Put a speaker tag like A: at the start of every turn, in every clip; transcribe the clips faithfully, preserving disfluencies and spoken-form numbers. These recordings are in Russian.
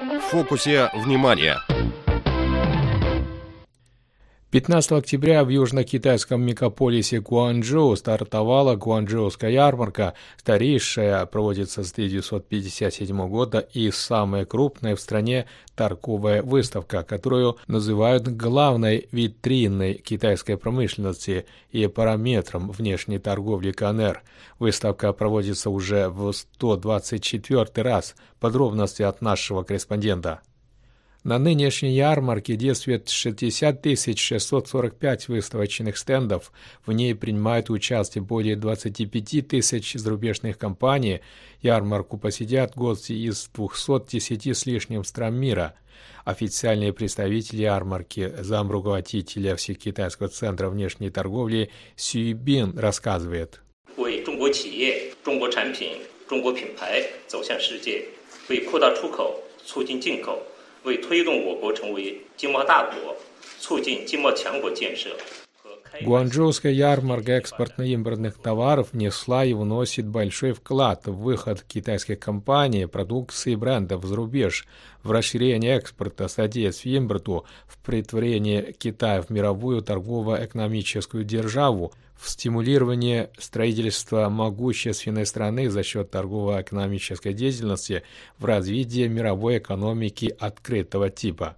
A: В фокусе внимания.
B: пятнадцатого октября в южно-китайском мегаполисе Гуанчжоу стартовала Гуанчжоуская ярмарка, старейшая, проводится с тысяча девятьсот пятьдесят седьмого года и самая крупная в стране торговая выставка, которую называют главной витриной китайской промышленности и параметром внешней торговли КНР. Выставка проводится уже в сто двадцать четвёртый раз. Подробности от нашего корреспондента. На нынешней ярмарке действует шестьдесят тысяч шестьсот сорок пять выставочных стендов. В ней принимают участие более двадцати пяти тысяч зарубежных компаний. Ярмарку посетят гости из двухсот десяти с лишним стран мира. Официальный представитель ярмарки, замруководителя Всекитайского центра внешней торговли Сюй Бин рассказывает. Гуанчжоуская ярмарка экспортно-импортных товаров внесла и вносит большой вклад в выход китайских компаний, продукции и брендов за рубеж, в расширение экспорта, содействие импорту, в претворение Китая в мировую торгово-экономическую державу, в стимулирование строительства могущественной страны за счет торгово-экономической деятельности, в развитие мировой экономики открытого типа.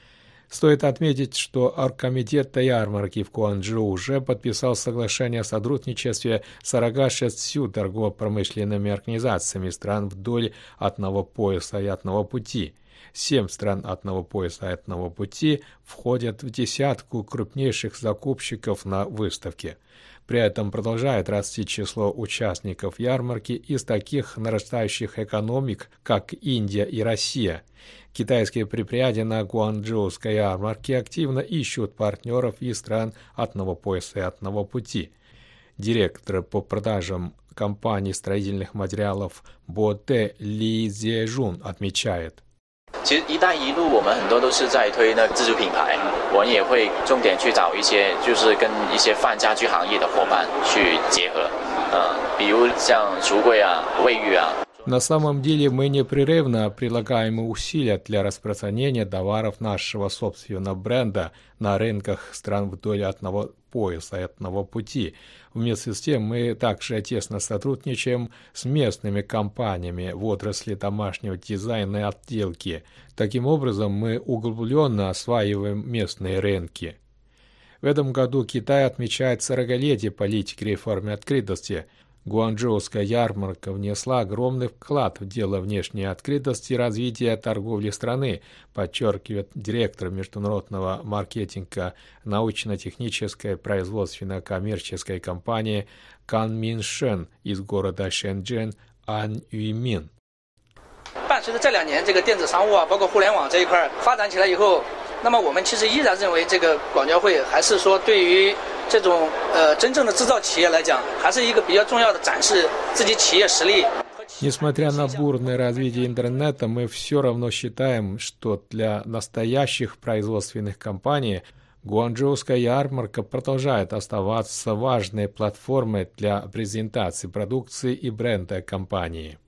B: Стоит отметить, что оргкомитет ярмарки в Гуанчжоу уже подписал соглашение о сотрудничестве с сорока шестью торгово-промышленными организациями стран вдоль одного пояса и одного пути. Семь стран одного пояса и одного пути входят в десятку крупнейших закупщиков на выставке. При этом продолжает расти число участников ярмарки из таких нарастающих экономик, как Индия и Россия. Китайские предприятия на Гуанчжоуской ярмарке активно ищут партнеров из стран одного пояса и одного пути. Директор по продажам компании строительных материалов Боте Ли Зежун отмечает.
C: 其实“一带一路”我们很多都是在推那个自主品牌，我们也会重点去找一些，就是跟一些泛家居行业的伙伴去结合，呃，比如像橱柜啊、卫浴啊。
B: На самом деле мы непрерывно прилагаем усилия для распространения товаров нашего собственного бренда на рынках стран вдоль одного пояса и одного пути. Вместе с тем мы также тесно сотрудничаем с местными компаниями в отрасли домашнего дизайна и отделки. Таким образом, мы углубленно осваиваем местные рынки. В этом году Китай отмечает сорокалетие политики реформы открытости. Гуанчжоуская ярмарка внесла огромный вклад в дело внешней открытости и развития торговли страны, подчеркивает директор международного маркетинга научно-технической производственно-коммерческой компании Кан Мин Шен из города Шэньчжэнь Ан Юймин.
D: 伴随着这两年这个电子商务啊，包括互联网这一块发展起来以后，那么我们其实依然认为这个广交会还是说对于 这种呃真正的制造企业来讲，还是一个比较重要的展示自己企业实力。
B: Несмотря на бурное развитие интернета, мы все равно считаем, что для настоящих производственных компаний Гуанчжоуская ярмарка продолжает оставаться важной платформой для презентации продукции и бренда компании.